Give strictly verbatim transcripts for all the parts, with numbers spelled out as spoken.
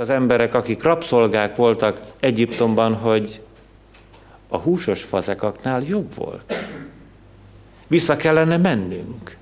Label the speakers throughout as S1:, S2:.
S1: Az emberek, akik rabszolgák voltak Egyiptomban, hogy a húsos fazekaknál jobb volt. Vissza kellene mennünk.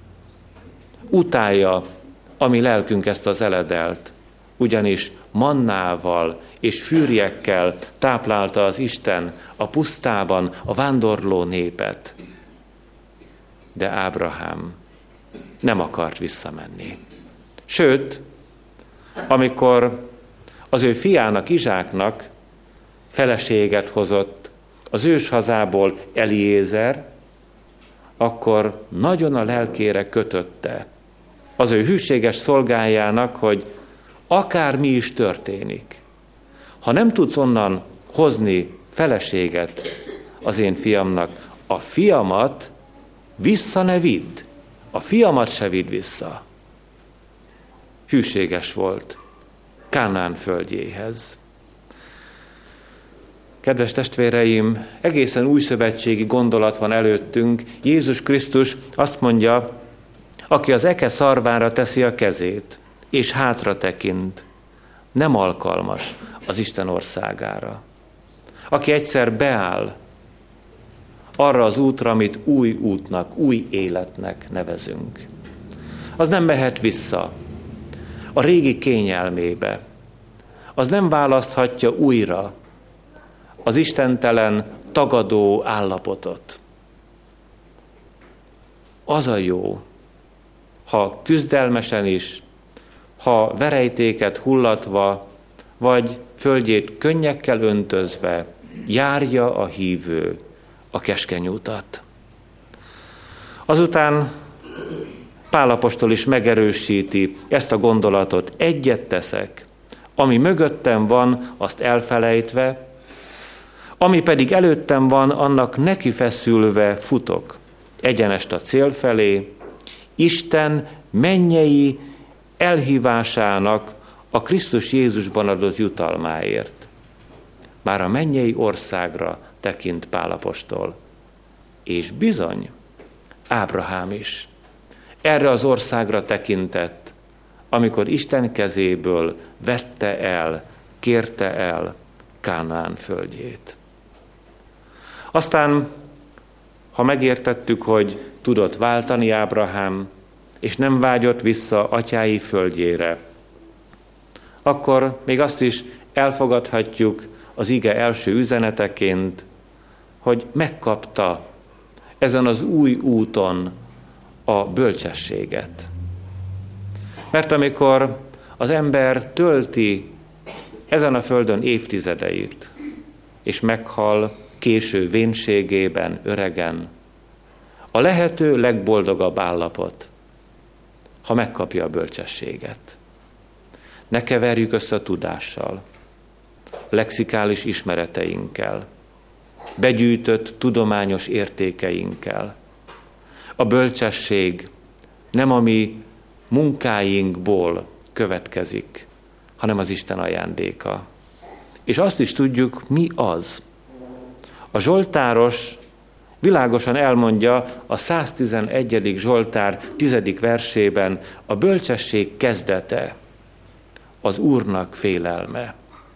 S1: Utálja a mi lelkünk ezt az eledelt, ugyanis mannával és fűrjekkel táplálta az Isten a pusztában a vándorló népet. De Ábrahám nem akart visszamenni. Sőt, amikor az ő fiának, Izsáknak feleséget hozott az ős hazából Eliézer, akkor nagyon a lelkére kötötte az ő hűséges szolgájának, hogy akármi is történik, ha nem tudsz onnan hozni feleséget az én fiamnak, a fiamat vissza ne vidd, a fiamat se vidd vissza. Hűséges volt Kánaán földjéhez. Kedves testvéreim, egészen újszövetségi gondolat van előttünk. Jézus Krisztus azt mondja, aki az eke szarvára teszi a kezét, és hátra tekint, nem alkalmas az Isten országára. Aki egyszer beáll arra az útra, amit új útnak, új életnek nevezünk, az nem mehet vissza a régi kényelmébe. Az nem választhatja újra az istentelen, tagadó állapotot. Az a jó, ha küzdelmesen is, ha verejtéket hullatva, vagy földjét könnyekkel öntözve járja a hívő a keskeny utat. Azután Pál apostol is megerősíti ezt a gondolatot. Egyet teszek, ami mögöttem van, azt elfelejtve, ami pedig előttem van, annak nekifeszülve futok egyenest a cél felé, Isten mennyei elhívásának a Krisztus Jézusban adott jutalmáért. Már a mennyei országra tekint Pál apostol. És bizony, Ábrahám is erre az országra tekintett, amikor Isten kezéből vette el, kérte el Kánaán földjét. Aztán, ha megértettük, hogy tudott váltani Ábrahám, és nem vágyott vissza atyái földjére, akkor még azt is elfogadhatjuk az ige első üzeneteként, hogy megkapta ezen az új úton a bölcsességet. Mert amikor az ember tölti ezen a földön évtizedeit, és meghal késő vénségében, öregen, a lehető legboldogabb állapot, ha megkapja a bölcsességet. Ne keverjük össze a tudással, lexikális ismereteinkkel, begyűjtött tudományos értékeinkkel. A bölcsesség nem a mi munkáinkból következik, hanem az Isten ajándéka. És azt is tudjuk, mi az. A zsoltáros világosan elmondja a száztizenegyedik Zsoltár tizedik versében, a bölcsesség kezdete az Úrnak félelme.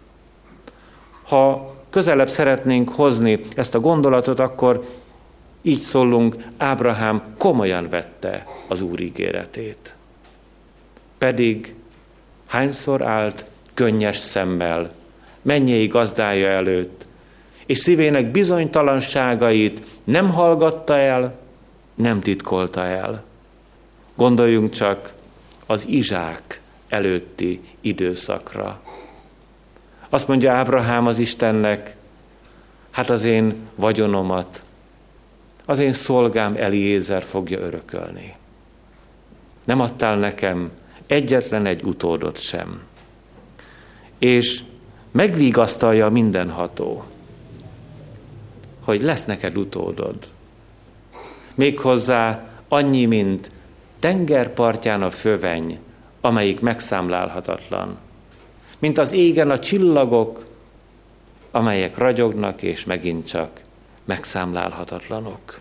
S1: Ha közelebb szeretnénk hozni ezt a gondolatot, akkor így szólunk, Ábrahám komolyan vette az Úr ígéretét. Pedig hányszor állt könnyes szemmel mennyei gazdája előtt, és szívének bizonytalanságait nem hallgatta el, nem titkolta el. Gondoljunk csak az Izsák előtti időszakra. Azt mondja Ábrahám az Istennek, hát az én vagyonomat, az én szolgám Eliézer fogja örökölni. Nem adtál nekem egyetlen egy utódot sem. És megvigasztalja mindenható, hogy lesz neked utódod. Méghozzá annyi, mint tengerpartján a föveny, amelyik megszámlálhatatlan. Mint az égen a csillagok, amelyek ragyognak, és megint csak megszámlálhatatlanok.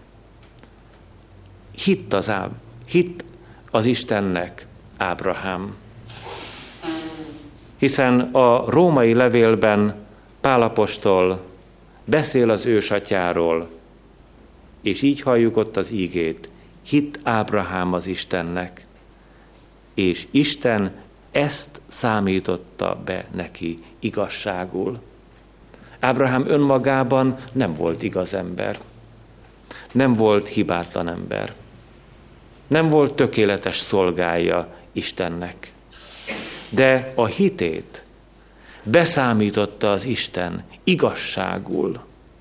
S1: Hitt az, Áb, hitt az Istennek Ábrahám. hiszen a római levélben Pál apostol beszél az ősatyáról, és így halljuk ott az ígét. Hitt Ábrahám az Istennek, és Isten ezt számította be neki igazságul. Ábrahám önmagában nem volt igaz ember, nem volt hibátlan ember, nem volt tökéletes szolgája Istennek, de a hitét beszámította az Isten igazságul.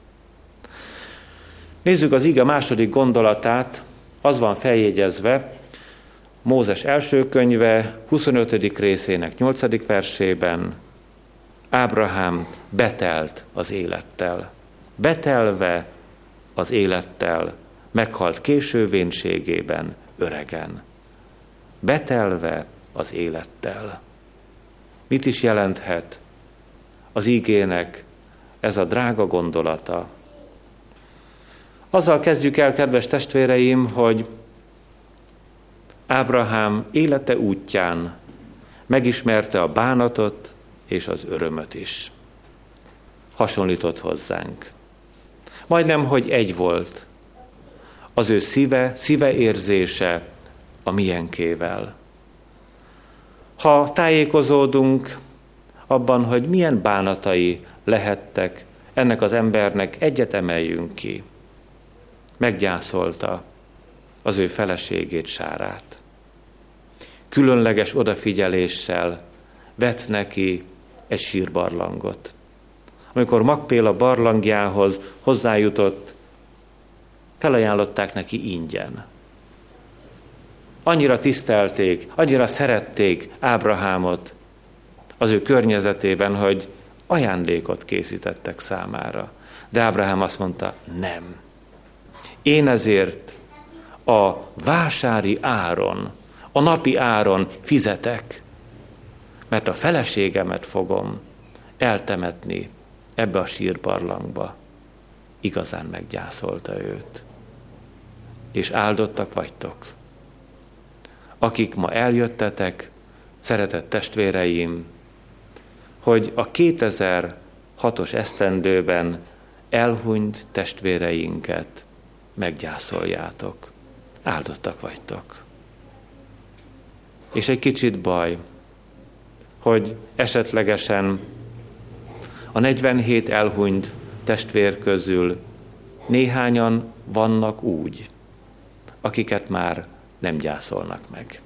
S1: Nézzük az ige második gondolatát, az van feljegyezve Mózes első könyve huszonötödik részének nyolcadik versében. Ábrahám betelt az élettel. Betelve az élettel, meghalt késő vénségében, öregen. Betelve az élettel. Mit is jelenthet az ígének ez a drága gondolata? Azzal kezdjük el, kedves testvéreim, hogy Ábrahám élete útján megismerte a bánatot és az örömöt is. Hasonlított hozzánk. Majdnem, hogy egy volt az ő szíve, szíve érzése a miénkével. Ha tájékozódunk abban, hogy milyen bánatai lehettek ennek az embernek, egyet emeljünk ki. Meggyászolta az ő feleségét, Sárát. Különleges odafigyeléssel vett neki egy sírbarlangot. Amikor Makpéla barlangjához hozzájutott, felajánlották neki ingyen. Annyira tisztelték, annyira szerették Ábrahámot az ő környezetében, hogy ajándékot készítettek számára. De Ábrahám azt mondta, nem. Én ezért a vásári áron, a napi áron fizetek, mert a feleségemet fogom eltemetni ebbe a sírbarlangba. Igazán meggyászolta őt. És áldottak vagytok. Akik ma eljöttetek, szeretett testvéreim, hogy a kétezer-hatos esztendőben elhunyt testvéreinket meggyászoljátok. Áldottak vagytok. És egy kicsit baj, hogy esetlegesen a negyvenhét elhunyt testvér közül néhányan vannak úgy, akiket már nem gyászolnak meg.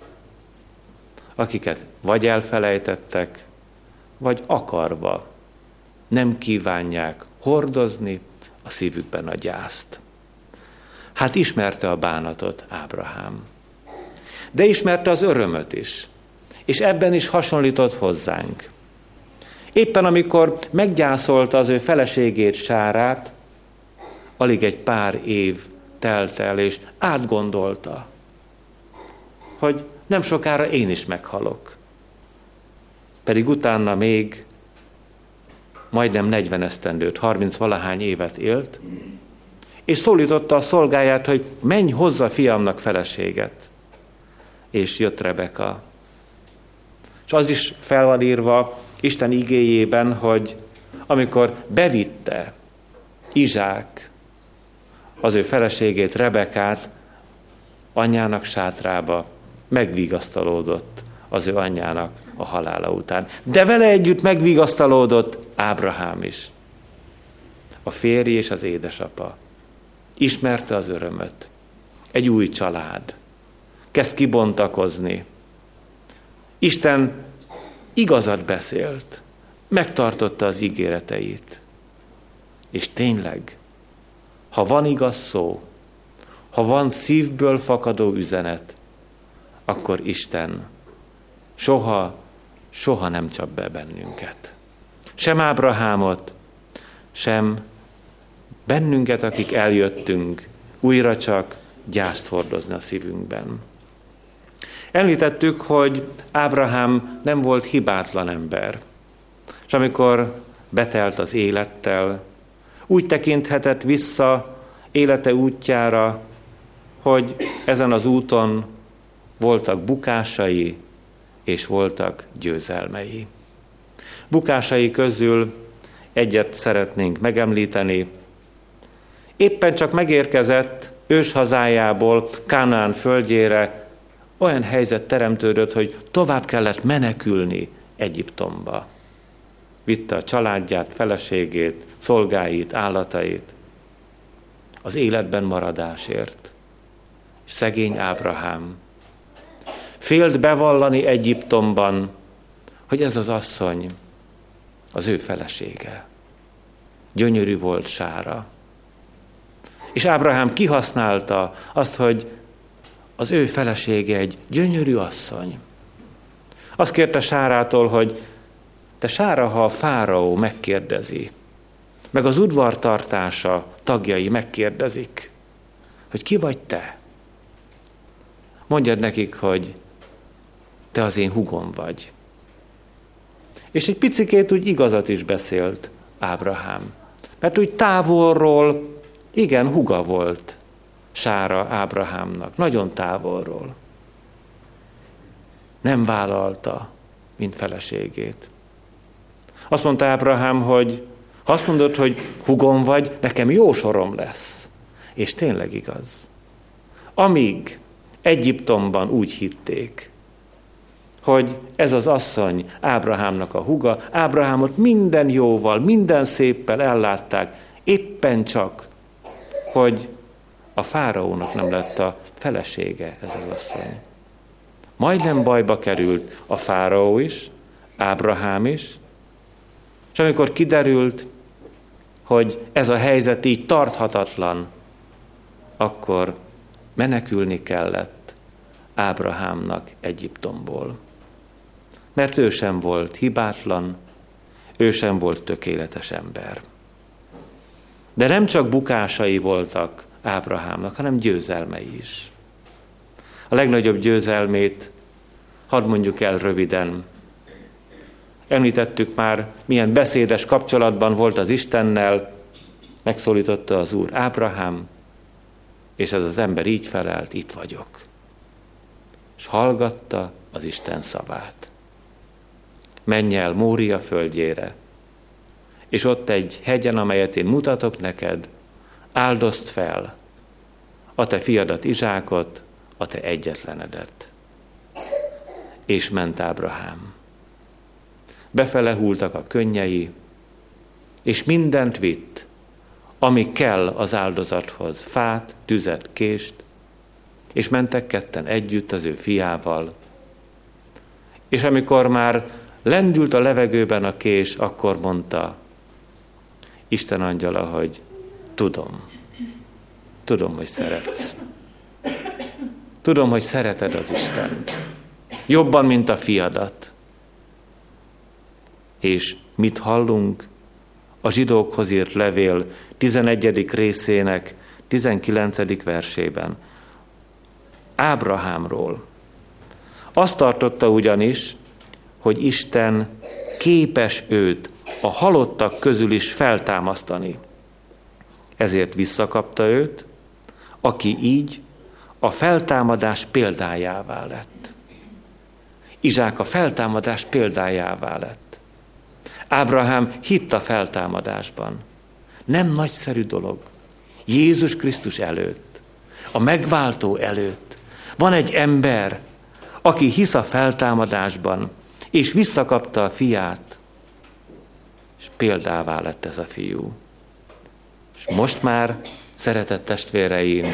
S1: Akiket vagy elfelejtettek, vagy akarva nem kívánják hordozni a szívükben a gyászt. Hát ismerte a bánatot Ábrahám, de ismerte az örömöt is, és ebben is hasonlított hozzánk. Éppen amikor meggyászolta az ő feleségét, Sárát, alig egy pár év telt el, és átgondolta, hogy nem sokára én is meghalok. Pedig utána még majdnem negyven esztendőt, harminc valahány évet élt, és szólította a szolgáját, hogy menj hozzá fiamnak feleséget. És jött Rebeka. És az is fel van írva Isten igéjében, hogy amikor bevitte Izsák az ő feleségét, Rebekát anyjának sátrába, megvigasztalódott az ő anyjának a halála után. De vele együtt megvigasztalódott Ábrahám is. A férj és az édesapa. Ismerte az örömöt. Egy új család. Kezd kibontakozni. Isten igazat beszélt. Megtartotta az ígéreteit. És tényleg, ha van igaz szó, ha van szívből fakadó üzenet, akkor Isten soha, soha nem csap be bennünket. Sem Ábrahámot, sem bennünket, akik eljöttünk, újra csak gyászt hordozni a szívünkben. Említettük, hogy Ábrahám nem volt hibátlan ember, és amikor betelt az élettel, úgy tekinthetett vissza élete útjára, hogy ezen az úton voltak bukásai, és voltak győzelmei. Bukásai közül egyet szeretnénk megemlíteni. Éppen csak megérkezett őshazájából Kánaán földjére, olyan helyzet teremtődött, hogy tovább kellett menekülni Egyiptomba. Vitte a családját, feleségét, szolgáit, állatait az életben maradásért. És szegény Ábrahám félt bevallani Egyiptomban, hogy ez az asszony az ő felesége. Gyönyörű volt Sára. És Ábrahám kihasználta azt, hogy az ő felesége egy gyönyörű asszony. Azt kérte Sárától, hogy te Sára, ha a fáraó megkérdezi, meg az udvartartása tagjai megkérdezik, hogy ki vagy te? Mondjad nekik, hogy te az én húgom vagy. És egy picikét úgy igazat is beszélt Ábrahám. Mert úgy távolról, igen, húga volt Sára Ábrahámnak, nagyon távolról. Nem vállalta, mint feleségét. Azt mondta Ábrahám, hogy ha azt mondod, hogy húgom vagy, nekem jó sorom lesz. És tényleg igaz. Amíg Egyiptomban úgy hitték, hogy ez az asszony Ábrahámnak a húga, Ábrahámot minden jóval, minden széppel ellátták, éppen csak, hogy a fáraónak nem lett a felesége ez az asszony. Majdnem bajba került a fáraó is, Ábrahám is, és amikor kiderült, hogy ez a helyzet így tarthatatlan, akkor menekülni kellett Ábrahámnak Egyiptomból. Mert ő sem volt hibátlan, ő sem volt tökéletes ember. De nem csak bukásai voltak Ábrahámnak, hanem győzelmei is. A legnagyobb győzelmét hadd mondjuk el röviden. Említettük már, milyen beszédes kapcsolatban volt az Istennel, megszólította az Úr Ábrahám, és ez az ember így felelt, itt vagyok. És hallgatta az Isten szavát. Menj el Mória földjére, és ott egy hegyen, amelyet én mutatok neked, áldozd fel a te fiadat Izsákot, a te egyetlenedet. És ment Ábrahám. Befele húltak a könnyei, és mindent vitt, ami kell az áldozathoz, fát, tüzet, kést, és mentek ketten együtt az ő fiával. És amikor már lendült a levegőben a kés, akkor mondta Isten angyala, hogy tudom, tudom, hogy szeretsz. Tudom, hogy szereted az Istent. Jobban, mint a fiadat. És mit hallunk? A zsidókhoz írt levél tizenegyedik részének tizenkilencedik versében. Ábrahámról. Azt tartotta ugyanis, hogy Isten képes őt a halottak közül is feltámasztani. Ezért visszakapta őt, aki így a feltámadás példájává lett. Izsák a feltámadás példájává lett. Ábrahám hitt a feltámadásban. Nem nagyszerű dolog. Jézus Krisztus előtt, a megváltó előtt van egy ember, aki hisz a feltámadásban, és visszakapta a fiát, és példává lett ez a fiú. És most már, szeretett testvéreim,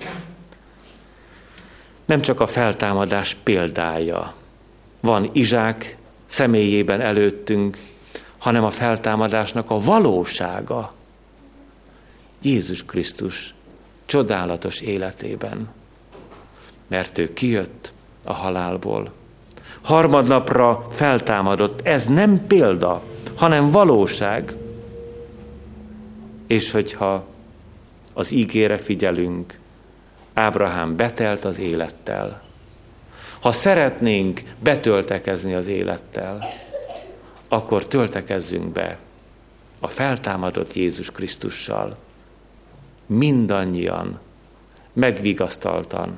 S1: nem csak a feltámadás példája van Izsák személyében előttünk, hanem a feltámadásnak a valósága Jézus Krisztus csodálatos életében. Mert ő kijött a halálból. Harmadnapra feltámadott. Ez nem példa, hanem valóság. És hogyha az ígére figyelünk, Ábrahám betelt az élettel. Ha szeretnénk betöltekezni az élettel, akkor töltekezzünk be a feltámadott Jézus Krisztussal. Mindannyian, megvigasztaltan,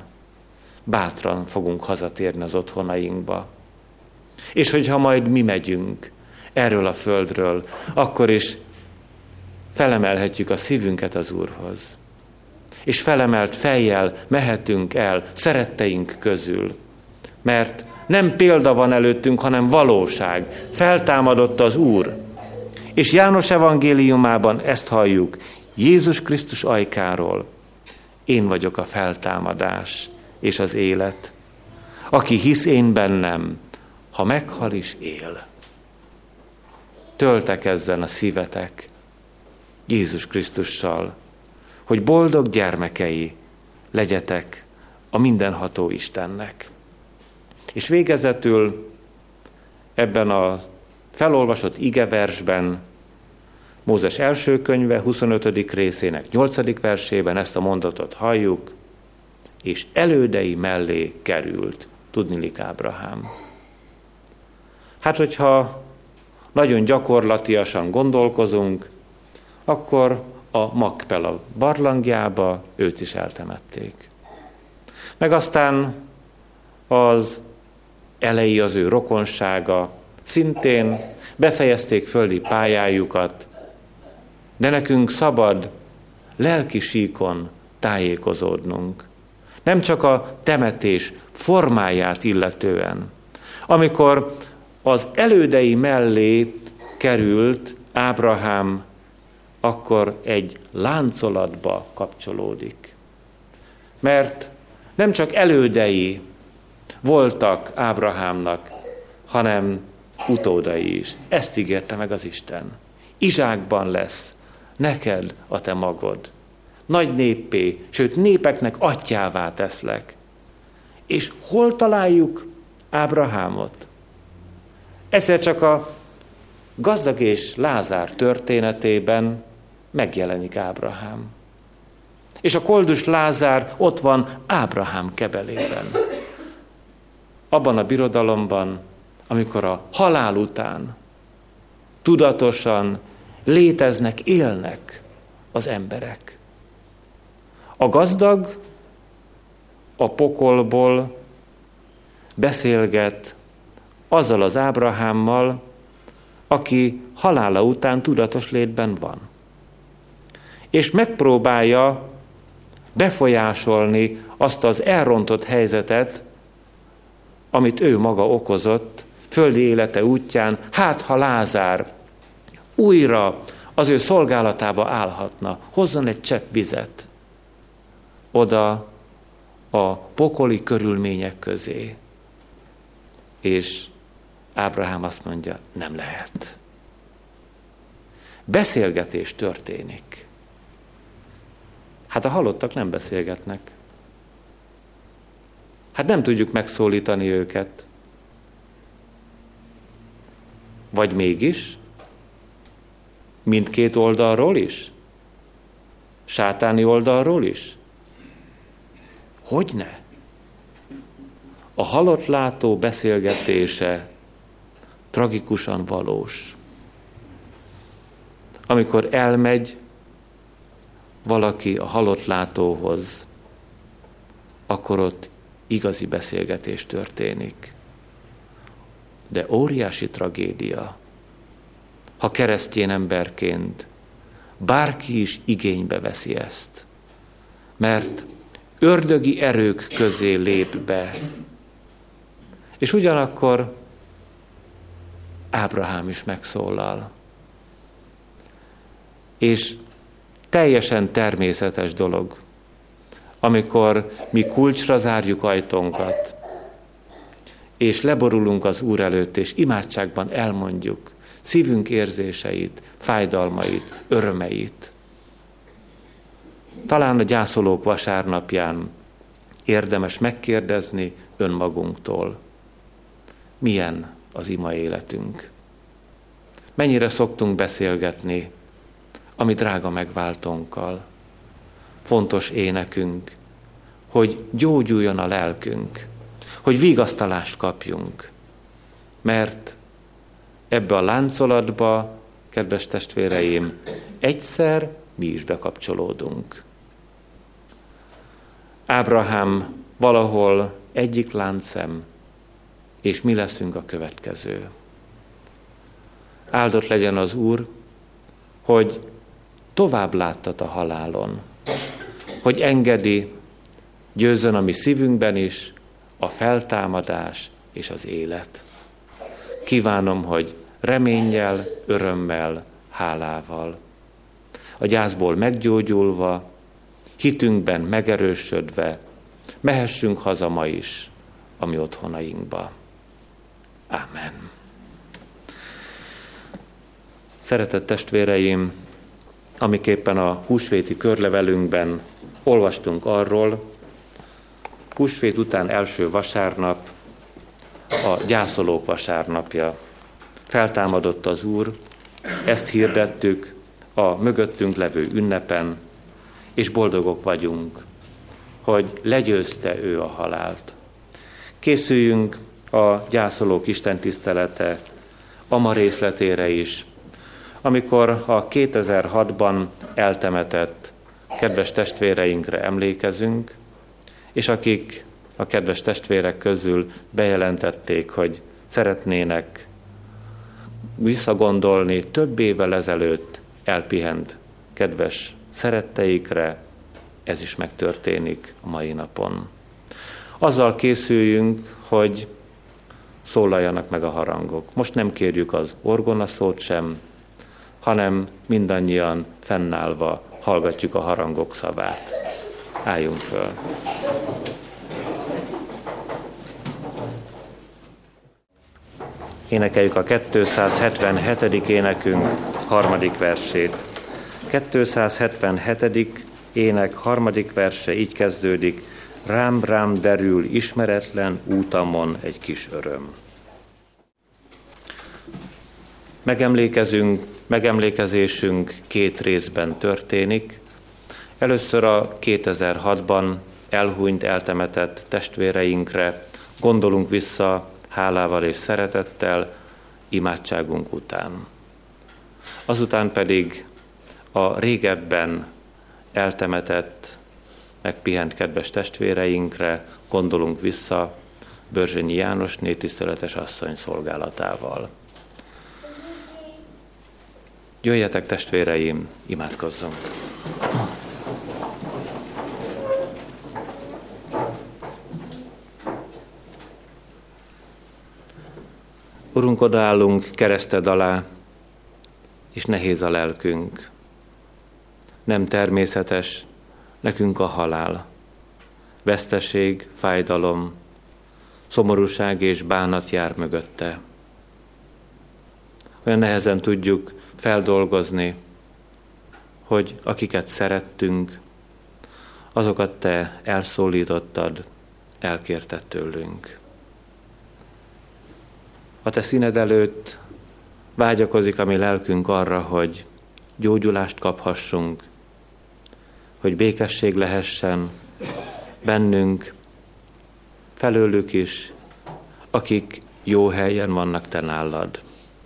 S1: bátran fogunk hazatérni az otthonainkba. És hogyha majd mi megyünk erről a földről, akkor is felemelhetjük a szívünket az Úrhoz. És felemelt fejjel mehetünk el szeretteink közül. Mert nem példa van előttünk, hanem valóság. Feltámadott az Úr. És János evangéliumában ezt halljuk Jézus Krisztus ajkáról. Én vagyok a feltámadás és az élet. Aki hisz én bennem, ha meghal is él. Töltekezzen a szívetek Jézus Krisztussal, hogy boldog gyermekei legyetek a mindenható Istennek. És végezetül ebben a felolvasott igeversben, Mózes első könyve huszonötödik részének nyolcadik versében ezt a mondatot halljuk, és elődei mellé került, tudniillik Ábrahám. Hát, hogyha nagyon gyakorlatiasan gondolkozunk, akkor a Makpela barlangjába őt is eltemették. Meg aztán az elejé az ő rokonsága, szintén befejezték földi pályájukat, de nekünk szabad lelki síkon tájékozódnunk. Nem csak a temetés formáját illetően. Amikor az elődei mellé került Ábrahám, akkor egy láncolatba kapcsolódik. Mert nem csak elődei voltak Ábrahámnak, hanem utódai is. Ezt ígérte meg az Isten. Izsákban lesz neked a te magod. Nagy néppé, sőt népeknek atyjává teszlek. És hol találjuk Ábrahámot? Egyszer csak a gazdag és Lázár történetében megjelenik Ábrahám. És a koldus Lázár ott van Ábrahám kebelében. Abban a birodalomban, amikor a halál után tudatosan léteznek, élnek az emberek. A gazdag a pokolból beszélget azzal az Ábrahámmal, aki halála után tudatos létben van. És megpróbálja befolyásolni azt az elrontott helyzetet, amit ő maga okozott földi élete útján, hát ha Lázár újra az ő szolgálatába állhatna, hozzon egy csepp vizet oda a pokoli körülmények közé. És Ábrahám azt mondja, nem lehet. Beszélgetés történik. Hát a halottak nem beszélgetnek. Hát nem tudjuk megszólítani őket. Vagy mégis? Mindkét oldalról is? Sátáni oldalról is? Hogyne? A halott látó beszélgetése tragikusan valós. Amikor elmegy valaki a halott látóhoz, akkor ott igazi beszélgetés történik. De óriási tragédia, ha keresztény emberként bárki is igénybe veszi ezt, mert ördögi erők közé lép be. És ugyanakkor Ábrahám is megszólal. És teljesen természetes dolog, amikor mi kulcsra zárjuk ajtónkat, és leborulunk az Úr előtt, és imádságban elmondjuk szívünk érzéseit, fájdalmait, örömeit. Talán a gyászolók vasárnapján érdemes megkérdezni önmagunktól, milyen az ima életünk. Mennyire szoktunk beszélgetni a mi drága megváltónkkal. Fontos énekünk, hogy gyógyuljon a lelkünk, hogy vigasztalást kapjunk. Mert ebbe a láncolatba, kedves testvéreim, egyszer mi is bekapcsolódunk. Ábrahám valahol egyik láncszem, és mi leszünk a következő. Áldott legyen az Úr, hogy tovább láttat a halálon, hogy engedi, győzzön a mi szívünkben is a feltámadás és az élet. Kívánom, hogy reménnyel, örömmel, hálával, a gyászból meggyógyulva, hitünkben megerősödve, mehessünk haza ma is a mi otthonainkba. Ámen. Szeretett testvéreim, amiképpen a húsvéti körlevelünkben olvastunk arról, húsvét után első vasárnap, a gyászolók vasárnapja. Feltámadott az Úr, ezt hirdettük a mögöttünk levő ünnepen, és boldogok vagyunk, hogy legyőzte ő a halált. Készüljünk a gyászolók istentisztelete ama részletére is, amikor a kétezer-hatban eltemetett kedves testvéreinkre emlékezünk, és akik a kedves testvérek közül bejelentették, hogy szeretnének visszagondolni több évvel ezelőtt elpihent kedves szeretteikre, ez is megtörténik a mai napon. Azzal készüljünk, hogy szólaljanak meg a harangok. Most nem kérjük az orgonaszót sem, hanem mindannyian fennállva hallgatjuk a harangok szavát. Álljunk föl! Énekeljük a kétszázhetvenhetedik énekünk harmadik versét. kétszázhetvenhetedik ének harmadik verse így kezdődik: rám, rám derül ismeretlen útamon egy kis öröm. Megemlékezünk, megemlékezésünk két részben történik. Először a kétezer-hatban elhunyt, eltemetett testvéreinkre gondolunk vissza hálával és szeretettel, imádságunk után. Azután pedig a régebben eltemetett, megpihent kedves testvéreinkre gondolunk vissza Börzsönyi Jánosné tiszteletes asszony szolgálatával. Jöjjetek, testvéreim, imádkozzunk! Urunk, odaállunk kereszted alá, és nehéz a lelkünk. Nem természetes nekünk a halál. Veszteség, fájdalom, szomorúság és bánat jár mögötte. Olyan nehezen tudjuk feldolgozni, hogy akiket szerettünk, azokat te elszólítottad, elkérted tőlünk. A te színed előtt vágyakozik a mi lelkünk arra, hogy gyógyulást kaphassunk, hogy békesség lehessen bennünk, felőlük is, akik jó helyen vannak te nálad.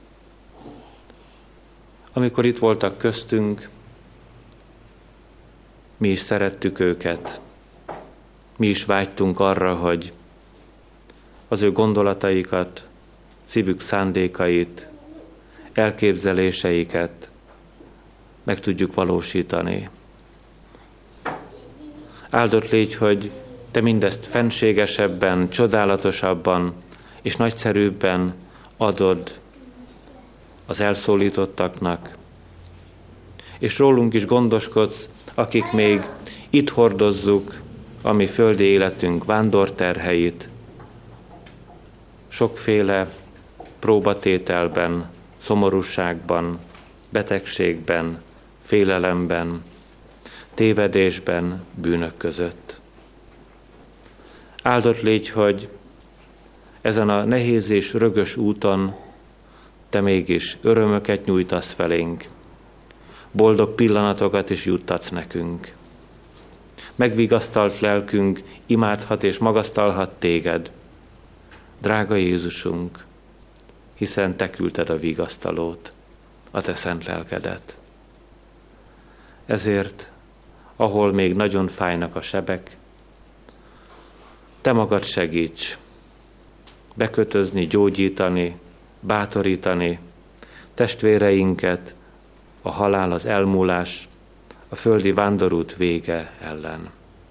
S1: Amikor itt voltak köztünk, mi is szerettük őket, mi is vágytunk arra, hogy az ő gondolataikat, szívük szándékait, elképzeléseiket meg tudjuk valósítani. Áldott légy, hogy te mindezt fenségesebben, csodálatosabban és nagyszerűbben adod az elszólítottaknak, és rólunk is gondoskodsz, akik még itt hordozzuk a mi földi életünk vándorterheit, sokféle próbatételben, szomorúságban, betegségben, félelemben, tévedésben, bűnök között. Áldott légy, hogy ezen a nehéz és rögös úton te mégis örömöket nyújtasz felénk, boldog pillanatokat is juttatsz nekünk. Megvigasztalt lelkünk imádhat és magasztalhat téged, drága Jézusunk, hiszen te küldted a vigasztalót, a te szent lelkedet. Ezért, ahol még nagyon fájnak a sebek, te magad segíts bekötözni, gyógyítani, bátorítani, testvéreinket a halál, az elmúlás, a földi vándorút vége ellen.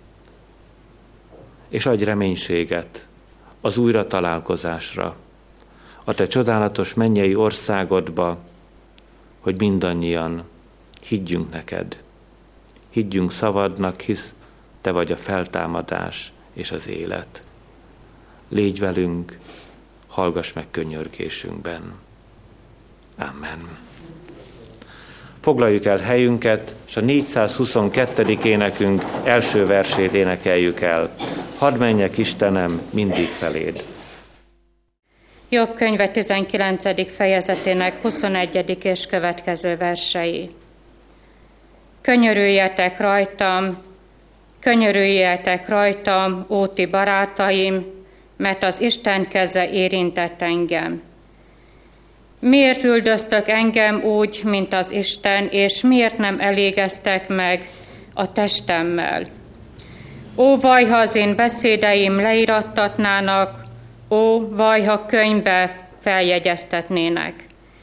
S1: És adj reménységet az újra találkozásra, a te csodálatos mennyei országodba, hogy mindannyian higgyünk neked. Higgyünk szavadnak, hisz te vagy a feltámadás és az élet. Légy velünk, hallgass meg könyörgésünkben. Amen. Foglaljuk el helyünket, és a négyszázhuszonkettő énekünk első versét énekeljük el. Hadd menjek, Istenem, mindig feléd.
S2: Jobb könyve tizenkilencedik fejezetének huszonegyedik és következő versei. Könyörüljetek rajtam, könyörüljetek rajtam, ó ti barátaim, mert az Isten keze érintett engem. Miért üldöztök engem úgy, mint az Isten, és miért nem elégeztek meg a testemmel? Ó, vaj, ha az én beszédeim leírattatnának, ó, vaj, ha könyvbe feljegyeztetnének.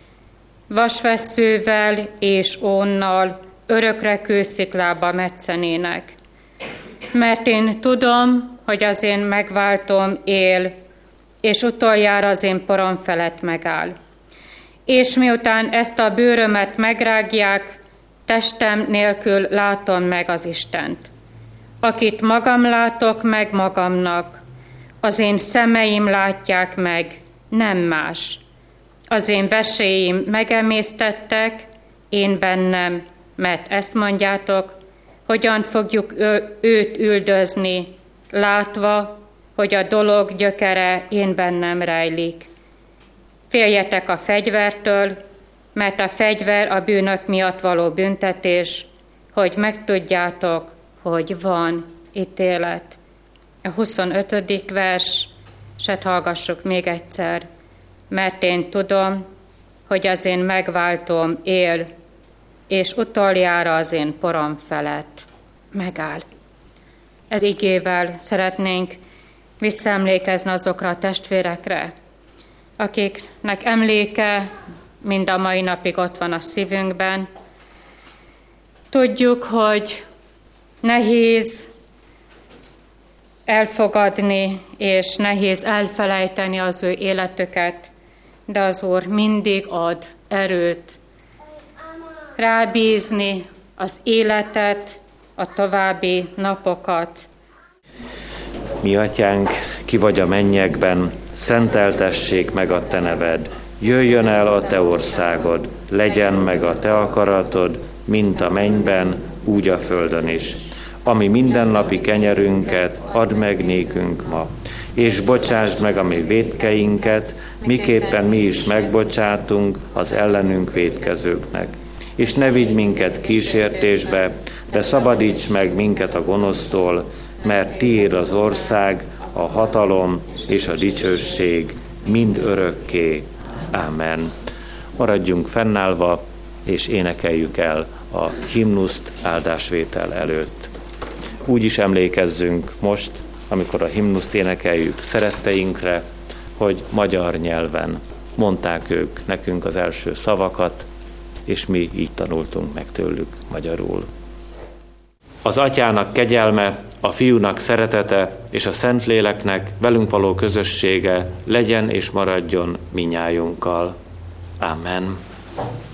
S2: Vasvesszővel és ónnal örökre kősziklába metszenének. Mert én tudom, hogy az én megváltom él, és utoljára az én porom felett megáll. És miután ezt a bőrömet megrágják, testem nélkül látom meg az Istent. Akit magam látok meg magamnak, az én szemeim látják meg, nem más. Az én veséim megemésztettek, én bennem, mert ezt mondjátok, hogyan fogjuk őt üldözni, látva, hogy a dolog gyökere én bennem rejlik. Féljetek a fegyvertől, mert a fegyver a bűnök miatt való büntetés, hogy megtudjátok, hogy van ítélet. A huszonötödik vers, se hallgassuk még egyszer, mert én tudom, hogy az én megváltom él, és utoljára az én porom felett megáll. Ez igével szeretnénk visszaemlékezni azokra a testvérekre, akiknek emléke mind a mai napig ott van a szívünkben. Tudjuk, hogy nehéz elfogadni, és nehéz elfelejteni az ő életüket, de az Úr mindig ad erőt rábízni az életet, a további napokat.
S1: Mi atyánk, ki vagy a mennyekben, szenteltessék meg a te neved. Jöjjön el a te országod, legyen meg a te akaratod, mint a mennyben, úgy a földön is. Ami mindennapi kenyerünket add meg nékünk ma, és bocsásd meg a mi vétkeinket, miképpen mi is megbocsátunk az ellenünk vétkezőknek. És ne vigy minket kísértésbe, de szabadíts meg minket a gonosztól, mert tiéd az ország, a hatalom és a dicsőség mind örökké. Ámen. Maradjunk fennállva, és énekeljük el a himnuszt áldásvétel előtt. Úgy is emlékezzünk most, amikor a himnuszt énekeljük szeretteinkre, hogy magyar nyelven mondták ők nekünk az első szavakat, és mi így tanultunk meg tőlük magyarul. Az Atyának kegyelme, a Fiúnak szeretete és a Szentléleknek velünk való közössége legyen és maradjon minnyájunkkal. Amen.